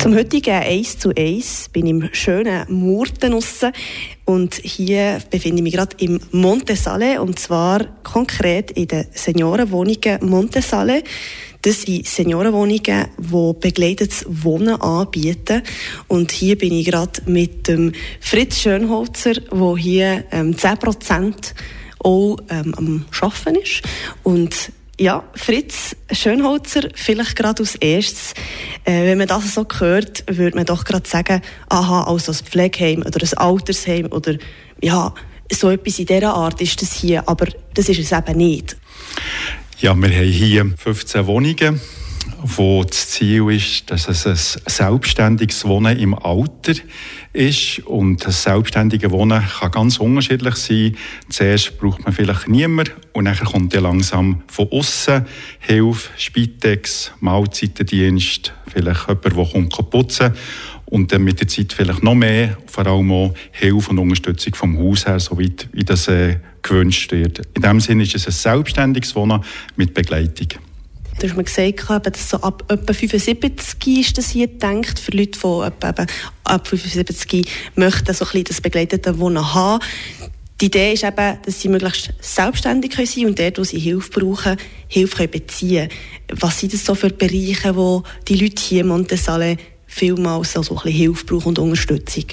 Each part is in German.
Zum heutigen 1:1 bin ich im schönen Murten draussen und hier befinde ich mich gerade im Montesale und zwar konkret in den Seniorenwohnungen Montesale. Das sind Seniorenwohnungen, die begleitetes Wohnen anbieten. Und hier bin ich gerade mit dem Fritz Schönholzer, der hier 10% auch am Arbeiten ist. Und ja, Fritz Schönholzer, vielleicht gerade als erstes. Wenn man das so hört, würde man doch gerade sagen, aha, also ein Pflegeheim oder ein Altersheim oder ja, so etwas in dieser Art ist das hier. Aber das ist es eben nicht. Ja, wir haben hier 15 Wohnungen, wo das Ziel ist, dass es ein selbstständiges Wohnen im Alter ist. Und das selbstständige Wohnen kann ganz unterschiedlich sein. Zuerst braucht man vielleicht niemanden und dann kommt dann langsam von außen Hilfe, Spitex, Mahlzeitendienst, vielleicht jemand, der kommt putzen und dann mit der Zeit vielleicht noch mehr, vor allem auch Hilfe und Unterstützung vom Haus her, soweit wie das gewünscht wird. In diesem Sinne ist es ein selbstständiges Wohnen mit Begleitung. Du hast mir gesagt, dass so ab etwa 75 ist das hier gedacht, für Leute, die ab 75 möchten so ein bisschen das begleitete Wohnen haben. Die Idee ist eben, dass sie möglichst selbstständig sein können und dort, wo sie Hilfe brauchen, Hilfe beziehen können. Was sind das so für Bereiche, wo die Leute hier in Montesale vielmals so ein bisschen Hilfe brauchen und Unterstützung?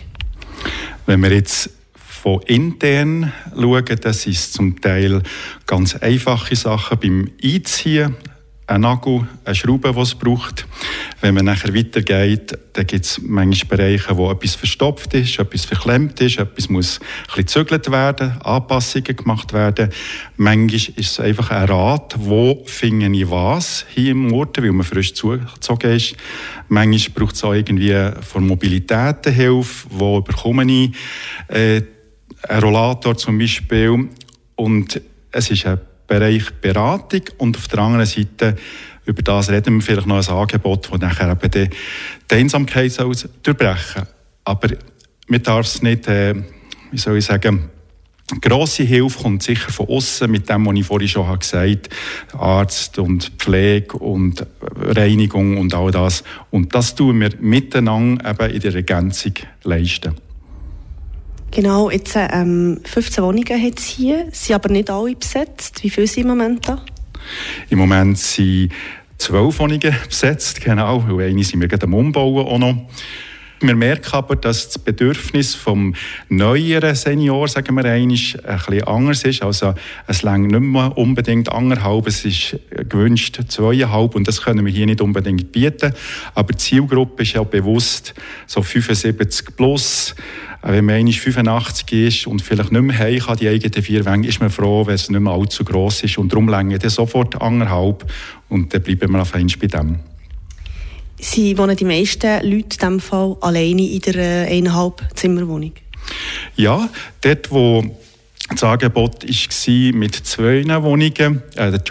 Wenn wir jetzt von intern schauen, das ist zum Teil ganz einfache Sachen beim Einziehen. Ein Nagel, eine Schraube, die es braucht. Wenn man nachher weitergeht, dann gibt es manchmal Bereiche, wo etwas verstopft ist, etwas verklemmt ist, etwas muss ein bisschen gezügelt werden, Anpassungen gemacht werden. Manchmal ist es einfach ein Rat, wo finde ich was hier im Ort, weil man frisch zugezogen ist. Manchmal braucht es auch irgendwie von Mobilität eine Hilfe, wo bekomme ich einen Rollator zum Beispiel. Und es ist ein Bereich Beratung und auf der anderen Seite, über das reden wir vielleicht noch ein Angebot, das nachher eben die Einsamkeit durchbrechen soll. Aber man darf es nicht, wie soll ich sagen, grosse Hilfe kommt sicher von außen mit dem, was ich vorhin schon gesagt habe, Arzt und Pflege und Reinigung und all das. Und das tun wir miteinander eben in der Ergänzung leisten. Genau, jetzt 15 Wohnungen hat es hier, sind aber nicht alle besetzt. Wie viele sind im Moment da? Im Moment sind 12 Wohnungen besetzt, genau, weil eine sind wir gerade am Umbauen auch noch. Wir merken aber, dass das Bedürfnis vom neueren Senior, sagen wir einmal, ein bisschen anders ist. Also es reicht nicht mehr unbedingt 1,5, es ist gewünscht 2,5 und das können wir hier nicht unbedingt bieten. Aber die Zielgruppe ist ja bewusst so 75 plus. Wenn man einmal 85 ist und vielleicht nicht mehr heim kann, die eigenen 4 Wände, ist man froh, wenn es nicht mehr allzu gross ist. Und darum reichen dann sofort 1,5 und dann bleiben wir auf einmal bei dem. Sie wohnen die meisten Leute in diesem Fall alleine in der 1,5-Zimmerwohnung? Ja, dort wo das Angebot war mit 2 Wohnungen,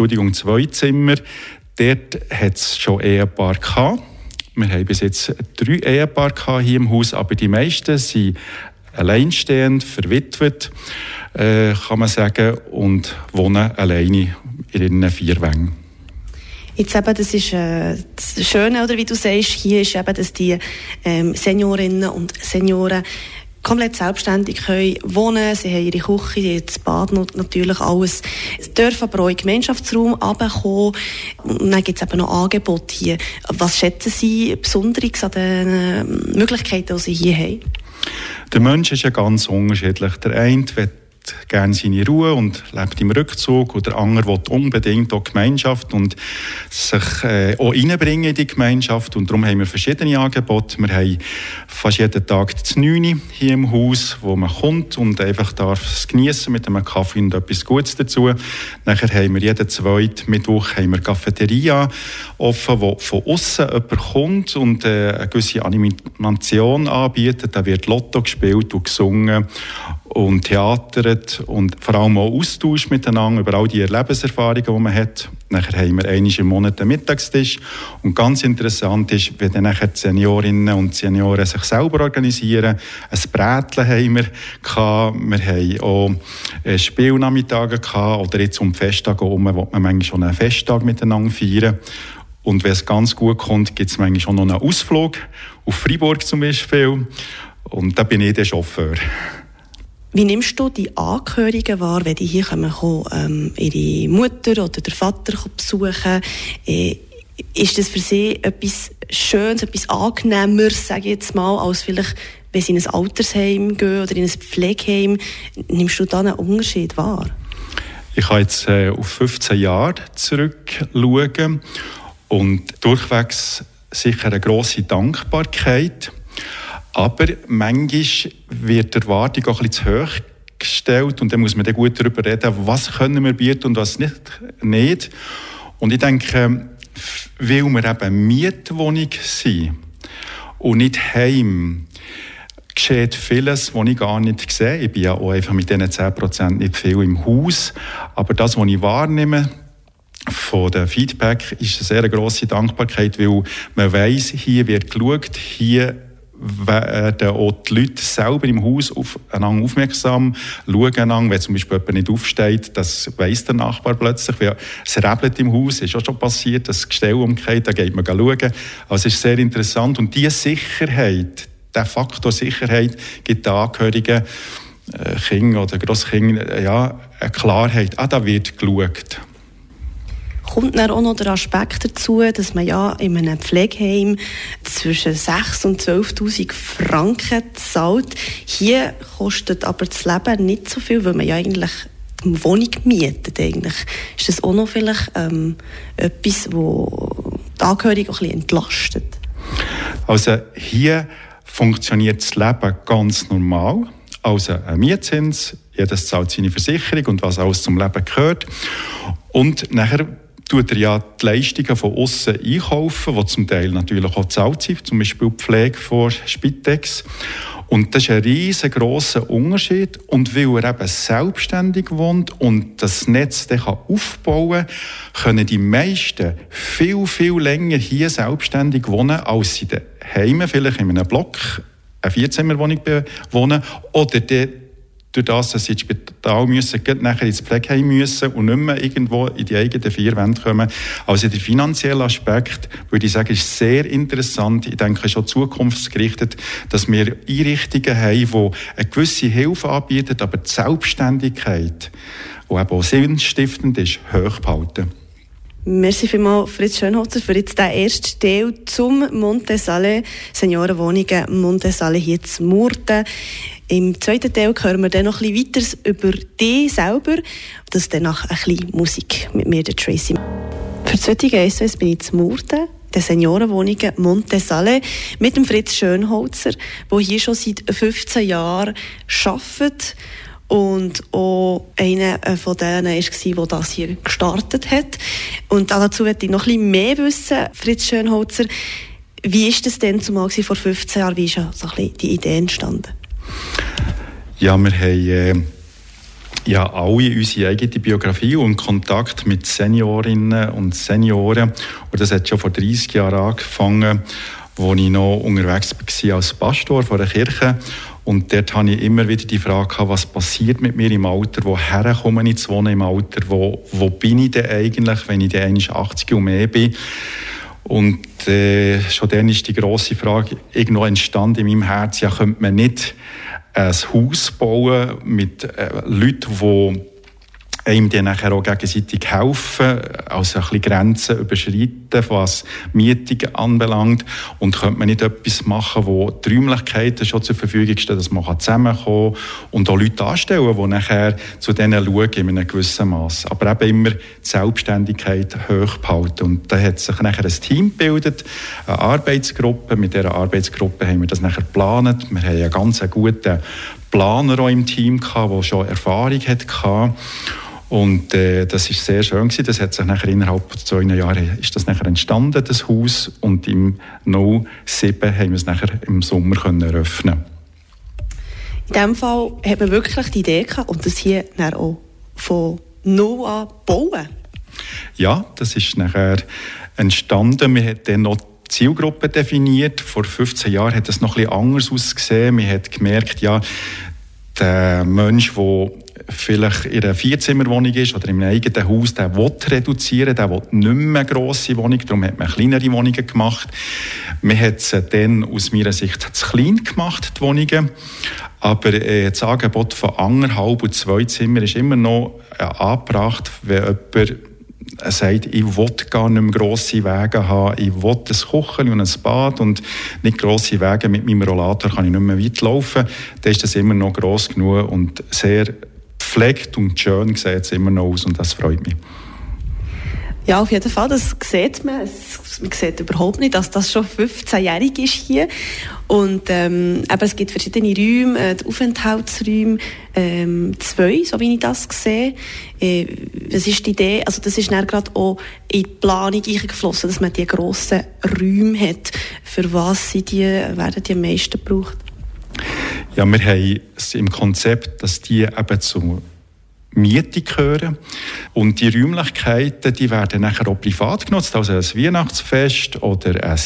2 Zimmer, dort hat es schon Ehepaare gehabt. Wir haben bis jetzt 3 Ehepaare hier im Haus, aber die meisten sind alleinstehend, verwitwet, kann man sagen, und wohnen alleine in ihren 4 Wänden. Jetzt eben, das ist das Schöne, oder wie du sagst, hier ist eben, dass die Seniorinnen und Senioren komplett selbstständig können wohnen. Sie haben ihre Küche, sie haben das Bad natürlich alles. Sie dürfen aber auch in den Gemeinschaftsraum runterkommen. Und dann gibt es eben noch Angebote hier. Was schätzen Sie Besonderes an den Möglichkeiten, die Sie hier haben? Der Mensch ist ja ganz unterschiedlich. Der eine will gerne seine Ruhe und lebt im Rückzug, und der andere will unbedingt auch Gemeinschaft und sich auch einbringen in die Gemeinschaft, und darum haben wir verschiedene Angebote. Wir haben fast jeden Tag das 9 hier im Haus, wo man kommt und einfach darf es geniessen mit einem Kaffee und etwas Gutes dazu. Nachher haben wir jeden zweiten Mittwoch haben wir Cafeteria offen, wo von außen jemand kommt und eine gewisse Animation anbietet. Da wird Lotto gespielt und gesungen und theatert und vor allem auch Austausch miteinander über all die Lebenserfahrungen, die man hat. Nachher haben wir einmal im Monat einen Mittagstisch. Und ganz interessant ist, wenn dann nachher die Seniorinnen und Senioren sich selber organisieren. Ein Brätchen haben wir gehabt. Wir haben auch Spielnachmittage gehabt. Oder jetzt um die Festtage herum, wo man manchmal schon einen Festtag miteinander feiern. Und wenn es ganz gut kommt, gibt es manchmal schon noch einen Ausflug auf Freiburg zum Beispiel. Und da bin ich der Chauffeur. Wie nimmst du die Angehörigen wahr, wenn die hier kommen, ihre Mutter oder der Vater besuchen? Ist das für sie etwas Schönes, etwas Angenehmeres, sage ich jetzt mal, als vielleicht, wenn sie in ein Altersheim gehen oder in ein Pflegeheim? Nimmst du da einen Unterschied wahr? Ich kann jetzt auf 15 Jahre zurückschauen und durchwegs sicher eine grosse Dankbarkeit. Aber manchmal wird die Erwartung auch ein bisschen zu hoch gestellt und dann muss man dann gut darüber reden, was können wir bieten und was nicht. Und ich denke, weil wir eben Mietwohnung sind und nicht Heim, geschieht vieles, was ich gar nicht sehe. Ich bin ja auch einfach mit diesen 10% nicht viel im Haus. Aber das, was ich wahrnehme, von dem Feedback, ist eine sehr grosse Dankbarkeit, weil man weiss, hier wird geschaut, hier werden auch die Leute selber im Haus aufeinander aufmerksam, schauen einander, wenn zum Beispiel jemand nicht aufsteht, das weiss der Nachbar plötzlich, weil es rebelt im Haus, ist auch schon passiert, das Gestell umgeht, da geht man schauen. Also es ist sehr interessant und diese Sicherheit, der Faktor Sicherheit gibt den Angehörigen, Kindern oder Grosskindern, ja, eine Klarheit, da wird geschaut. Kommt dann auch noch der Aspekt dazu, dass man ja in einem Pflegeheim zwischen 6.000 und 12.000 Franken zahlt. Hier kostet aber das Leben nicht so viel, weil man ja eigentlich die Wohnung mietet. Eigentlich. Ist das auch noch vielleicht etwas, das die Angehörigen auch ein bisschen entlastet? Also hier funktioniert das Leben ganz normal. Also ein Mietzins, jedes zahlt seine Versicherung und was alles zum Leben gehört. Und nachher tut er ja die Leistungen von außen einkaufen, die zum Teil natürlich auch bezahlt sind, zum Beispiel die Pflege von Spitex. Und das ist ein riesengroßer Unterschied. Und weil er eben selbstständig wohnt und das Netz dann aufbauen kann, können die meisten viel, viel länger hier selbstständig wohnen, als sie daheim vielleicht in einem Block eine 4-Zimmer-Wohnung bewohnen oder durch das, dass sie ins Spital müssen, nachher ins Pflegeheim müssen und nicht mehr irgendwo in die eigenen 4 Wände kommen. Also der finanzielle Aspekt, würde ich sagen, ist sehr interessant. Ich denke, schon zukunftsgerichtet, dass wir Einrichtungen haben, die eine gewisse Hilfe anbieten, aber die Selbstständigkeit, die eben auch sinnstiftend ist, hoch behalten. Merci vielmals, Fritz Schönholzer, für jetzt den ersten Teil zum Montesale, Seniorenwohnungen Montesale hier zu Murten. Im zweiten Teil hören wir dann noch ein bisschen weiter über dich selber. Das danach ein bisschen Musik mit mir, der Tracy. Für das heutige SOS bin ich zu Murten, der Seniorenwohnungen Montesale, mit dem Fritz Schönholzer, der hier schon seit 15 Jahren arbeitet. Und auch einer von denen war, der das hier gestartet hat. Und dazu möchte ich noch ein bisschen mehr wissen, Fritz Schönholzer. Wie war das denn zumal vor 15 Jahren? Wie ist ja so ein bisschen die Idee entstanden? Ja, wir haben ja alle unsere eigene Biografie und Kontakt mit Seniorinnen und Senioren. Und das hat schon vor 30 Jahren angefangen, als ich noch unterwegs war als Pastor vor der Kirche. Und dort hatte ich immer wieder die Frage, was passiert mit mir im Alter, woher komme ich zu wohnen im Alter, wo bin ich denn eigentlich, wenn ich dann einmal 80 und mehr bin. Und schon dann ist die grosse Frage irgendwo entstanden in meinem Herzen, ja, könnte man nicht ein Haus bauen mit Leuten, die einem dann nachher auch gegenseitig helfen, also ein bisschen Grenzen überschreiten, was Mietungen anbelangt. Und könnte man nicht etwas machen, wo die Räumlichkeiten schon zur Verfügung stehen, dass man zusammenkommen kann und auch Leute anstellen, die nachher zu denen schauen in einem gewissen Maß. Aber eben immer die Selbstständigkeit hoch behalten. Und da hat sich nachher ein Team gebildet, eine Arbeitsgruppe. Mit dieser Arbeitsgruppe haben wir das nachher geplant. Wir haben einen ganz guten Planer auch im Team gehabt, der schon Erfahrung hatte. Und das ist sehr schön gewesen. Das hat sich nachher innerhalb von 2 Jahren ist das nachher entstanden, das Haus. Und im 2007 haben wir es nachher im Sommer können eröffnen. In diesem Fall hat man wirklich die Idee gehabt, und das hier dann auch von null an bauen. Ja, das ist nachher entstanden. Wir haben dann noch die Zielgruppe definiert. Vor 15 Jahren hat das noch ein bisschen anders ausgesehen. Man hat gemerkt, ja, der Mensch, der vielleicht in einer 4-Zimmer-Wohnung ist oder in einem eigenen Haus, der will reduzieren, der will nicht mehr eine grosse Wohnung, darum hat man kleinere Wohnungen gemacht. Man hat sie dann aus meiner Sicht zu klein gemacht, die Wohnungen. Aber das Angebot von 1,5 und 2 Zimmern ist immer noch angebracht, wenn jemand sagt, ich will gar nicht mehr grosse Wege haben, ich will ein Kücheli und ein Bad und nicht grosse Wege, mit meinem Rollator kann ich nicht mehr weit laufen, dann ist das immer noch gross genug und sehr gepflegt und schön sieht es immer noch aus und das freut mich. Ja, auf jeden Fall, das sieht man. Man sieht überhaupt nicht, dass das schon 15-jährig ist hier. Und aber es gibt verschiedene Räume, die Aufenthaltsräume, 2, so wie ich das sehe. Was ist die Idee? Also das ist dann gerade auch in die Planung eingeflossen, dass man die grossen Räume hat. Für was werden die am meisten gebraucht? Ja, wir haben es im Konzept, dass die eben zur Miete gehören. Und die Räumlichkeiten, die werden nachher auch privat genutzt, also ein Weihnachtsfest oder ein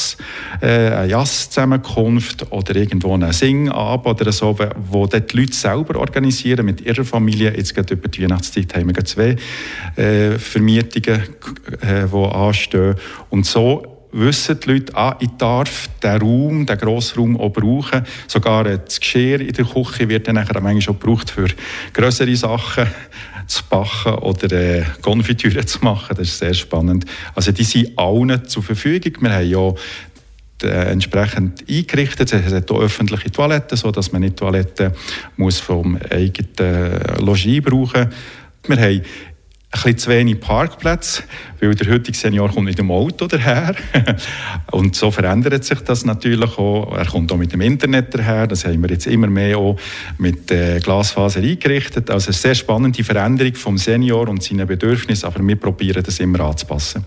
eine Jazzzusammenkunft oder irgendwo ein Singabend oder so, wo die Leute selber organisieren mit ihrer Familie. Jetzt gerade über die Weihnachtszeit haben wir 2 Vermietungen, die anstehen. Und so wissen die Leute, ich darf den grossen Raum auch brauchen. Sogar das Geschirr in der Küche wird dann nachher manchmal auch gebraucht für grössere Sachen zu backen oder Konfitüre zu machen. Das ist sehr spannend. Also die sind allen zur Verfügung. Wir haben ja entsprechend eingerichtet. Es hat auch öffentliche Toiletten, sodass man nicht Toiletten muss vom eigenen Logis brauchen muss. Wir haben ein bisschen zu wenig Parkplätze, weil der heutige Senior kommt mit dem Auto daher. Und so verändert sich das natürlich auch. Er kommt auch mit dem Internet daher. Das haben wir jetzt immer mehr auch mit Glasfaser eingerichtet. Also eine sehr spannende Veränderung vom Senior und seinen Bedürfnissen, aber wir probieren das immer anzupassen.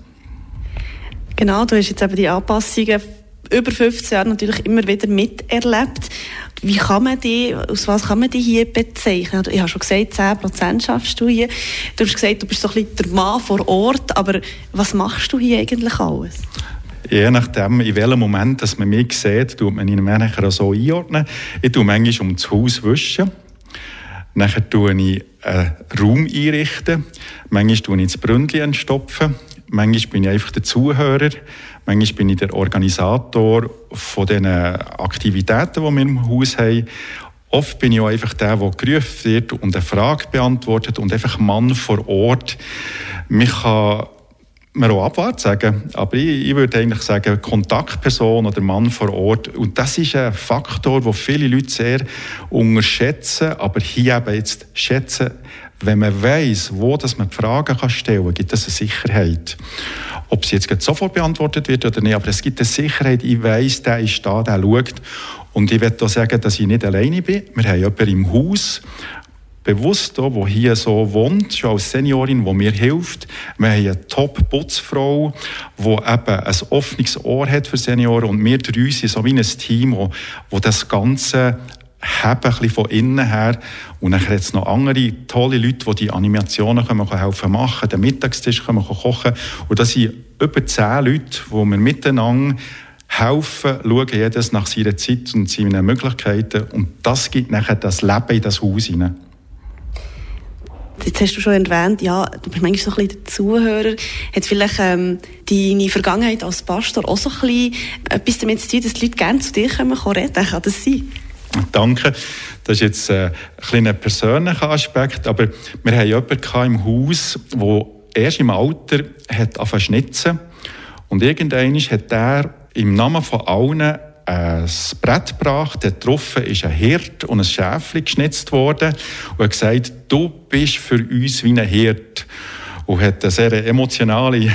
Genau, du hast jetzt eben die Anpassungen über 15 Jahre natürlich immer wieder miterlebt. Wie kann man aus was kann man die hier bezeichnen? Ich habe schon gesagt, 10% schaffst du hier. Du hast gesagt, du bist so ein bisschen der Mann vor Ort, aber was machst du hier eigentlich alles? Je nachdem, in welchem Moment dass man mich sieht, tut man ihn manchmal so einordnen. Ich tue manchmal um das Haus wischen. Nachher tue ich einen Raum einrichten. Manchmal tue ich das Bründchen entstopfen. Manchmal bin ich einfach der Zuhörer. Manchmal bin ich der Organisator von den Aktivitäten, die wir im Haus haben. Oft bin ich auch einfach der gerufen wird und eine Frage beantwortet und einfach Mann vor Ort. Man kann mir auch abwärts sagen, aber ich würde eigentlich sagen, Kontaktperson oder Mann vor Ort. Und das ist ein Faktor, den viele Leute sehr unterschätzen, aber hier eben jetzt schätzen. Wenn man weiss, wo dass man die Fragen stellen kann, gibt es eine Sicherheit. Ob sie jetzt sofort beantwortet wird oder nicht, aber es gibt eine Sicherheit. Ich weiss, der ist da, der schaut. Und ich möchte auch sagen, dass ich nicht alleine bin. Wir haben jemanden im Haus, bewusst hier, der hier so wohnt, schon als Seniorin, die mir hilft. Wir haben eine Top-Putzfrau, die eben ein offenes Ohr hat für Senioren. Und wir 3 sind so wie ein Team, wo das Ganze haben, ein bisschen von innen her. Und dann hat es noch andere tolle Leute, die Animationen helfen machen, den Mittagstisch kochen. Und das sind über 10 Leute, die wir miteinander helfen, schauen jedes nach seiner Zeit und seinen Möglichkeiten. Und das gibt nachher das Leben in das Haus hinein. Jetzt hast du schon erwähnt, ja, du bist manchmal so ein bisschen der Zuhörer. Hat vielleicht deine Vergangenheit als Pastor auch so ein bisschen etwas damit zu tun, dass die Leute gerne zu dir reden können? Kann das sein? Danke. Das ist jetzt ein kleiner persönlicher Aspekt, aber wir haben jemanden im Haus, der erst im Alter hat angefangen zu schnitzen. Und irgendwann hat er im Namen von allen ein Brett gebracht, dort drauf ist ein Hirt und ein Schäfli geschnitzt worden und hat gesagt, du bist für uns wie ein Hirt. Und hat einen sehr emotionalen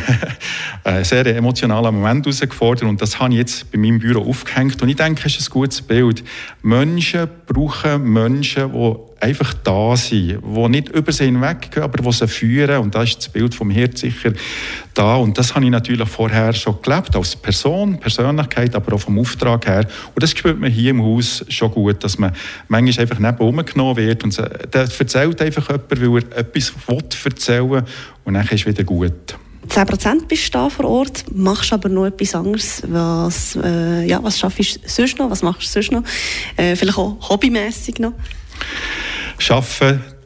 Moment herausgefordert. Und das habe ich jetzt bei meinem Büro aufgehängt. Und ich denke, es ist ein gutes Bild. Menschen brauchen Menschen, die einfach da sind, die nicht über sie hinweggehen, aber die sie führen. Und da ist das Bild vom Hirt sicher da. Und das habe ich natürlich vorher schon gelebt, als Persönlichkeit, aber auch vom Auftrag her. Und das spürt man hier im Haus schon gut, dass man manchmal einfach nebenher genommen wird. Und der erzählt einfach jemand, weil er etwas erzählen will. Und dann ist es wieder gut. 10% bist du da vor Ort, machst aber noch etwas anderes. Was schaffst du sonst noch? Was machst du sonst noch? Vielleicht auch hobbymässig noch? Arbeiten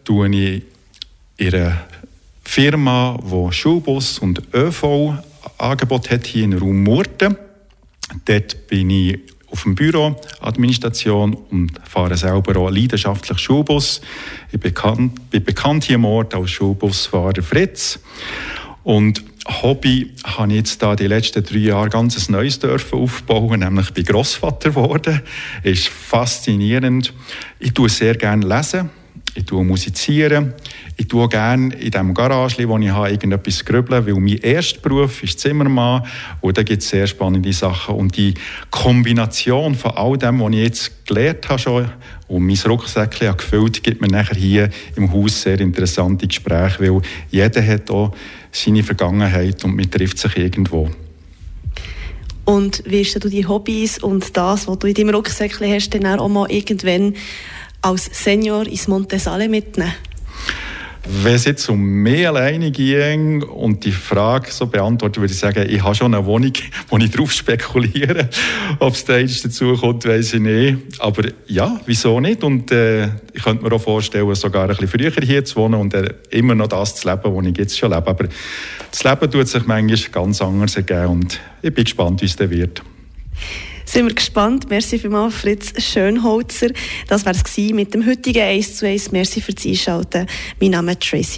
tue ich in einer Firma, die Schulbus und ÖV-Angebot hat, hier in Raum Murten. Dort bin ich auf dem Büro, Administration und fahre selber auch einen leidenschaftlichen Schulbus. Ich bin bekannt hier im Ort als Schulbusfahrer Fritz. Und Hobby habe ich jetzt da die letzten 3 Jahre ganz ein neues aufbauen, nämlich bin Grossvater geworden. Ist faszinierend. Ich tue sehr gerne lesen. Ich tue musizieren. Ich tue gerne in diesem Garage, wo ich habe, irgendetwas grübeln, weil mein erster Beruf ist Zimmermann und da gibt es sehr spannende Sachen. Und die Kombination von all dem, was ich jetzt gelernt habe schon und mein Rucksäckchen gefüllt, gibt mir nachher hier im Haus sehr interessante Gespräche, weil jeder hat auch seine Vergangenheit und man trifft sich irgendwo. Und wirst du die Hobbys und das, was du in deinem Rucksäckchen hast, dann auch mal irgendwann als Senior ins Montesale mitnehmen? Wenn es jetzt um mich alleine ging und die Frage so beantwortet, würde ich sagen, ich habe schon eine Wohnung, wo ich drauf spekuliere. Ob es da dazu kommt, weiss ich nicht. Aber ja, wieso nicht? Und ich könnte mir auch vorstellen, sogar ein bisschen früher hier zu wohnen und immer noch das zu leben, was ich jetzt schon lebe. Aber das Leben tut sich manchmal ganz anders ergeben und ich bin gespannt, wie es dann wird. Sind wir gespannt. Merci vielmals, Fritz Schönholzer. Das war es mit dem heutigen 1:1. Merci fürs Einschalten. Mein Name ist Tracy.